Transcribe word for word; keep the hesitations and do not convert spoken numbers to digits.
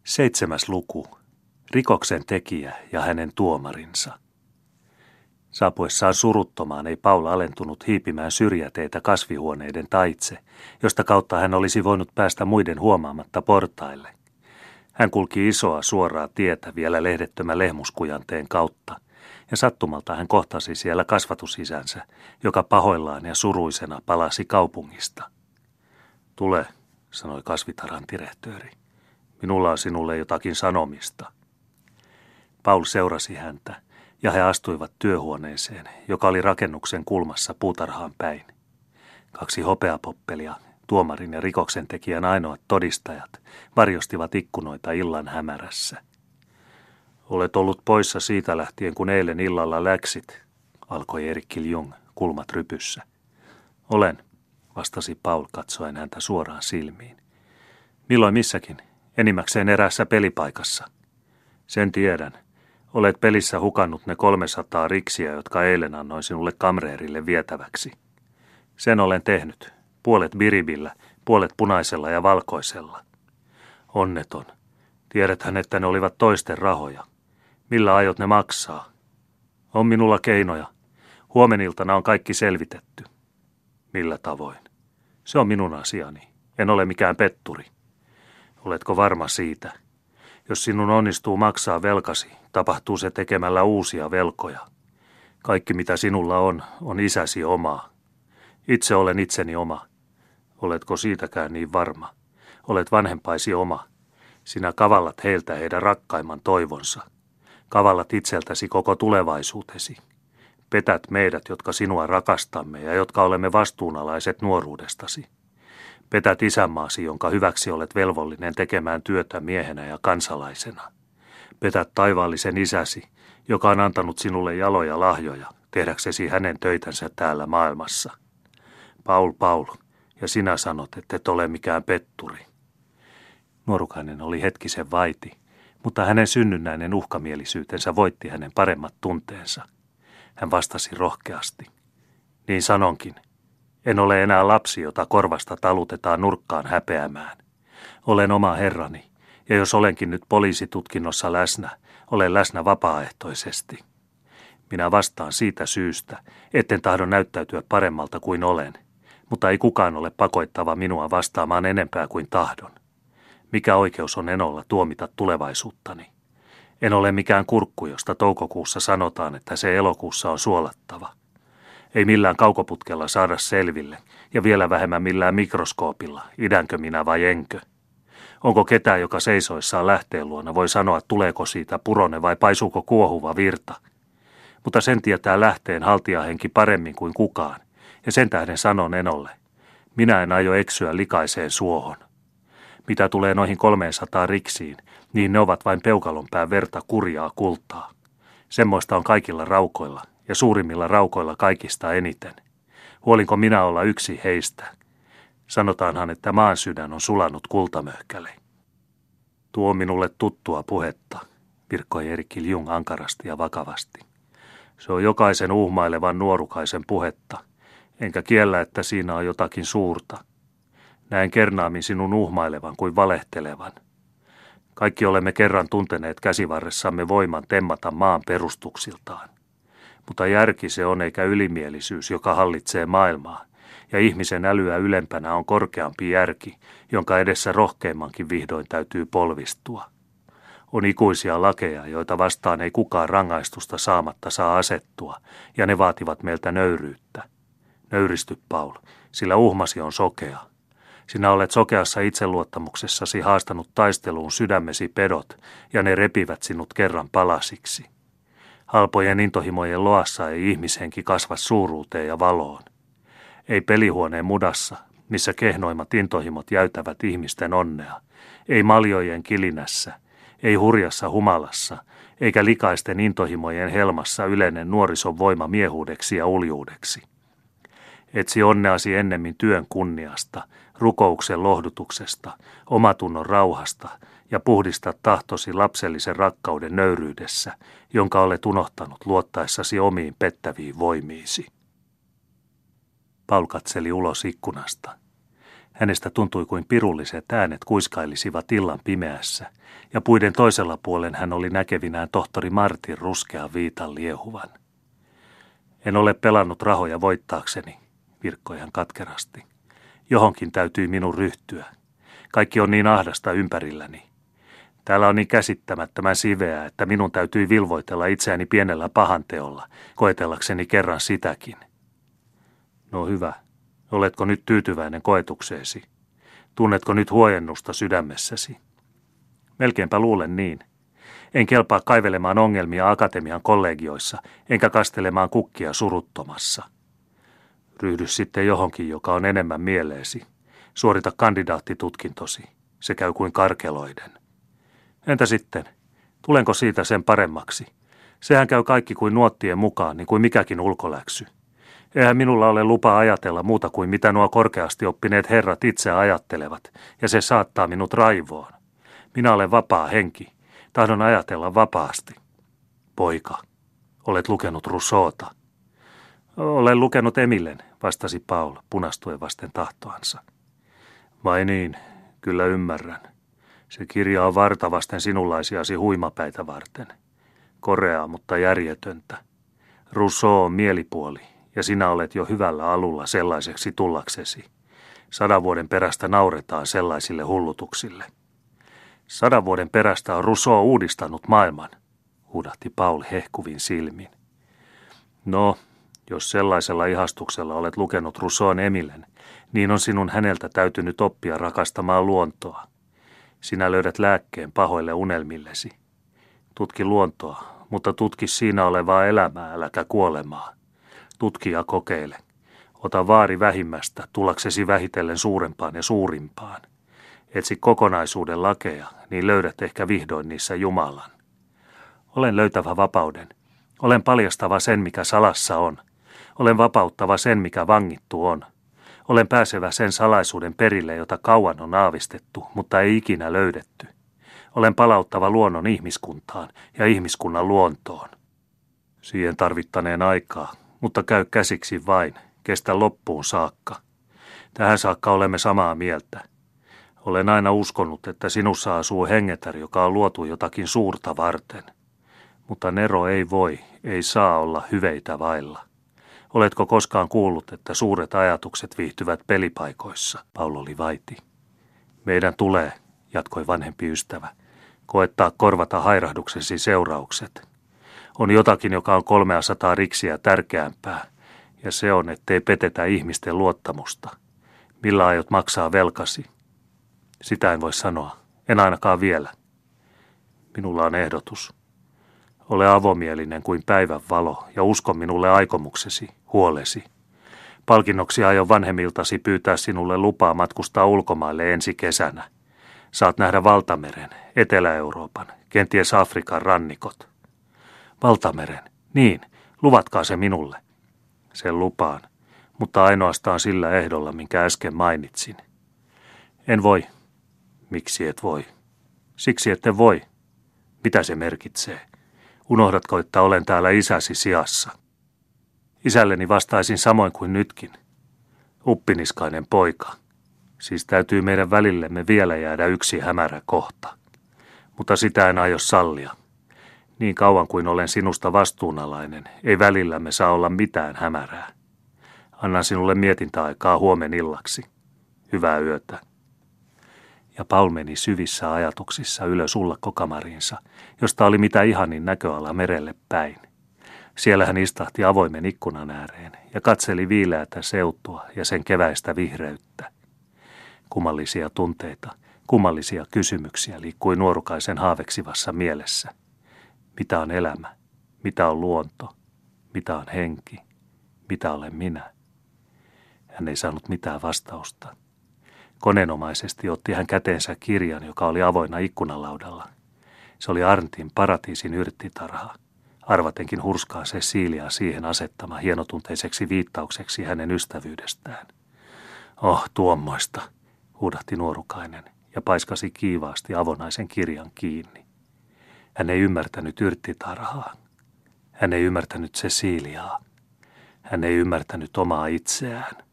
Seitsemäs luku. Rikoksen tekijä ja hänen tuomarinsa. Saapuessaan suruttomaan ei Paul alentunut hiipimään syrjäteitä kasvihuoneiden taitse, josta kautta hän olisi voinut päästä muiden huomaamatta portaille. Hän kulki isoa suoraa tietä vielä lehdettömän lehmuskujanteen kautta, ja sattumalta hän kohtasi siellä kasvatusisänsä, joka pahoillaan ja suruisena palasi kaupungista. "Tule", sanoi kasvitarantirehtööri. "Minulla on sinulle jotakin sanomista." Paul seurasi häntä, ja he astuivat työhuoneeseen, joka oli rakennuksen kulmassa puutarhaan päin. Kaksi hopeapoppelia, tuomarin ja rikoksentekijän ainoat todistajat, varjostivat ikkunoita illan hämärässä. "Olet ollut poissa siitä lähtien, kun eilen illalla läksit", alkoi Erik Kiljung, kulmat rypyssä. "Olen", vastasi Paul katsoen häntä suoraan silmiin. "Milloin missäkin? Enimmäkseen eräässä pelipaikassa." "Sen tiedän. Olet pelissä hukannut ne kolmesataa riksiä, jotka eilen annoin sinulle kamreerille vietäväksi." "Sen olen tehnyt. Puolet biribillä, puolet punaisella ja valkoisella." "Onneton. Tiedäthän, että ne olivat toisten rahoja. Millä aiot ne maksaa?" "On minulla keinoja. Huomeniltana on kaikki selvitetty." "Millä tavoin?" "Se on minun asiani. En ole mikään petturi." "Oletko varma siitä? Jos sinun onnistuu maksaa velkasi, tapahtuu se tekemällä uusia velkoja. Kaikki mitä sinulla on, on isäsi omaa. Itse olen itseni oma. Oletko siitäkään niin varma? Olet vanhempaisi oma. Sinä kavallat heiltä heidän rakkaimman toivonsa. Kavallat itseltäsi koko tulevaisuutesi. Petät meidät, jotka sinua rakastamme ja jotka olemme vastuunalaiset nuoruudestasi. Petät isänmaasi, jonka hyväksi olet velvollinen tekemään työtä miehenä ja kansalaisena. Petät taivaallisen isäsi, joka on antanut sinulle jaloja lahjoja, tehdäksesi hänen töitänsä täällä maailmassa. Paul, Paul, ja sinä sanot, että et ole mikään petturi." Nuorukainen oli hetkisen vaiti, mutta hänen synnynnäinen uhkamielisyytensä voitti hänen paremmat tunteensa. Hän vastasi rohkeasti. "Niin sanonkin. En ole enää lapsi, jota korvasta talutetaan nurkkaan häpeämään. Olen oma herrani, ja jos olenkin nyt poliisitutkinnossa läsnä, olen läsnä vapaaehtoisesti. Minä vastaan siitä syystä, etten tahdo näyttäytyä paremmalta kuin olen, mutta ei kukaan ole pakottava minua vastaamaan enempää kuin tahdon. Mikä oikeus on enolla tuomita tulevaisuuttani? En ole mikään kurkku, josta toukokuussa sanotaan, että se elokuussa on suolattava. Ei millään kaukoputkella saada selville, ja vielä vähemmän millään mikroskoopilla, idänkö minä vai enkö. Onko ketään, joka seisoissaan lähteen luona voi sanoa, tuleeko siitä purone vai paisuuko kuohuva virta? Mutta sen tietää lähteen haltijahenki paremmin kuin kukaan, ja sen tähden sanon enolle. Minä en aio eksyä likaiseen suohon. Mitä tulee noihin kolmeensataan riksiin, niin ne ovat vain peukalonpään verta kurjaa kultaa. Semmoista on kaikilla raukoilla, ja suurimmilla raukoilla kaikista eniten. Huolinko minä olla yksi heistä? Sanotaanhan, että maan sydän on sulanut kultamöhkäle. Tuo on minulle tuttua puhetta, virkkoi Erik Kiljung ankarasti ja vakavasti. Se on jokaisen uhmailevan nuorukaisen puhetta, enkä kiellä, että siinä on jotakin suurta. Näen kernaammin sinun uhmailevan kuin valehtelevan. Kaikki olemme kerran tunteneet käsivarressamme voiman temmata maan perustuksiltaan. Mutta järki se on eikä ylimielisyys, joka hallitsee maailmaa, ja ihmisen älyä ylempänä on korkeampi järki, jonka edessä rohkeimmankin vihdoin täytyy polvistua. On ikuisia lakeja, joita vastaan ei kukaan rangaistusta saamatta saa asettua, ja ne vaativat meiltä nöyryyttä. Nöyristy, Paul, sillä uhmasi on sokea. Sinä olet sokeassa itseluottamuksessasi haastanut taisteluun sydämesi pedot, ja ne repivät sinut kerran palasiksi. Halpojen intohimojen loassa ei ihmishenki kasva suuruuteen ja valoon. Ei pelihuoneen mudassa, missä kehnoimmat intohimot jäytävät ihmisten onnea. Ei maljojen kilinässä, ei hurjassa humalassa, eikä likaisten intohimojen helmassa yleinen nuorison voima miehuudeksi ja uljuudeksi. Etsi onneasi ennemmin työn kunniasta, rukouksen lohdutuksesta, omatunnon rauhasta ja puhdista tahtosi lapsellisen rakkauden nöyryydessä, jonka olet unohtanut luottaessasi omiin pettäviin voimiisi. Paul katseli ulos ikkunasta. Hänestä tuntui kuin pirulliset äänet kuiskailisivat illan pimeässä, ja puiden toisella puolen hän oli näkevinään tohtori Martin ruskean viitan liehuvan. En ole pelannut rahoja voittaakseni, virkkoi hän katkerasti. Johonkin täytyy minun ryhtyä. Kaikki on niin ahdasta ympärilläni. Täällä on niin käsittämättömän siveää, että minun täytyy vilvoitella itseäni pienellä pahanteolla, koetellakseni kerran sitäkin. No hyvä. Oletko nyt tyytyväinen koetukseesi? Tunnetko nyt huojennusta sydämessäsi? Melkeinpä luulen niin. En kelpaa kaivelemaan ongelmia akatemian kollegioissa, enkä kastelemaan kukkia suruttomassa. Ryhdy sitten johonkin, joka on enemmän mieleesi. Suorita kandidaattitutkintosi. Se käy kuin karkeloiden. Entä sitten? Tulenko siitä sen paremmaksi? Sehän käy kaikki kuin nuottien mukaan, niin kuin mikäkin ulkoläksy. Eihän minulla ole lupa ajatella muuta kuin mitä nuo korkeasti oppineet herrat itse ajattelevat, ja se saattaa minut raivoon. Minä olen vapaa henki. Tahdon ajatella vapaasti. Poika, olet lukenut Rousseauta. Olen lukenut Emilen, vastasi Paul, punastuen vasten tahtoansa. Vai niin, kyllä ymmärrän. Se kirja on vartavasten sinunlaisiasi huimapäitä varten. Koreaa, mutta järjetöntä. Rousseau on mielipuoli, ja sinä olet jo hyvällä alulla sellaiseksi tullaksesi. Sadan vuoden perästä nauretaan sellaisille hullutuksille. Sadan vuoden perästä on Rousseau uudistanut maailman, huudahti Paul hehkuvin silmin. No, jos sellaisella ihastuksella olet lukenut Rousseaun Emilen, niin on sinun häneltä täytynyt oppia rakastamaan luontoa. Sinä löydät lääkkeen pahoille unelmillesi. Tutki luontoa, mutta tutki siinä olevaa elämää, äläkä kuolemaa. Tutki ja kokeile. Ota vaari vähimmästä, tullaksesi vähitellen suurempaan ja suurimpaan. Etsi kokonaisuuden lakeja, niin löydät ehkä vihdoin niissä Jumalan. Olen löytävä vapauden. Olen paljastava sen, mikä salassa on. Olen vapauttava sen, mikä vangittu on. Olen pääsevä sen salaisuuden perille, jota kauan on aavistettu, mutta ei ikinä löydetty. Olen palauttava luonnon ihmiskuntaan ja ihmiskunnan luontoon. Siihen tarvittaneen aikaa, mutta käy käsiksi vain, kestä loppuun saakka. Tähän saakka olemme samaa mieltä. Olen aina uskonut, että sinussa asuu hengetär, joka on luotu jotakin suurta varten. Mutta Nero ei voi, ei saa olla hyveitä vailla. Oletko koskaan kuullut, että suuret ajatukset viihtyvät pelipaikoissa? Paul oli vaiti. Meidän tulee, jatkoi vanhempi ystävä, koettaa korvata hairahduksesi seuraukset. On jotakin, joka on kolmeasataa riksiä tärkeämpää, ja se on, ettei petetä ihmisten luottamusta. Millä aiot maksaa velkasi? Sitä en voi sanoa, en ainakaan vielä. Minulla on ehdotus. Ole avomielinen kuin päivän valo ja usko minulle aikomuksesi, huolesi. Palkinnoksi aion vanhemmiltasi pyytää sinulle lupaa matkustaa ulkomaille ensi kesänä. Saat nähdä Valtameren, Etelä-Euroopan, kenties Afrikan rannikot. Valtameren, niin, luvatkaa se minulle. Sen lupaan, mutta ainoastaan sillä ehdolla, minkä äsken mainitsin. En voi. Miksi et voi? Siksi ette voi. Mitä se merkitsee? Unohdatko, että olen täällä isäsi sijassa? Isälleni vastaisin samoin kuin nytkin. Uppiniskainen poika. Siis täytyy meidän välillemme vielä jäädä yksi hämärä kohta. Mutta sitä en aio sallia. Niin kauan kuin olen sinusta vastuunalainen, ei välillämme saa olla mitään hämärää. Annan sinulle mietintäaikaa huomen illaksi. Hyvää yötä. Ja Paul meni syvissä ajatuksissa ylös ullakkokamariinsa, josta oli mitä ihanin näköala merelle päin. Siellä hän istahti avoimen ikkunan ääreen ja katseli viileätä seutua ja sen keväistä vihreyttä. Kummallisia tunteita, kummallisia kysymyksiä liikkui nuorukaisen haaveksivassa mielessä. Mitä on elämä? Mitä on luonto? Mitä on henki? Mitä olen minä? Hän ei saanut mitään vastausta. Konenomaisesti otti hän käteensä kirjan, joka oli avoinna ikkunalaudalla. Se oli Arntin Paratiisin yrttitarha. Arvatenkin hurskaa Cecilia siihen asettama hienotunteiseksi viittaukseksi hänen ystävyydestään. Oh, tuommoista, huudahti nuorukainen ja paiskasi kiivaasti avonaisen kirjan kiinni. Hän ei ymmärtänyt yrttitarhaa. Hän ei ymmärtänyt Ceciliaa. Hän ei ymmärtänyt omaa itseään.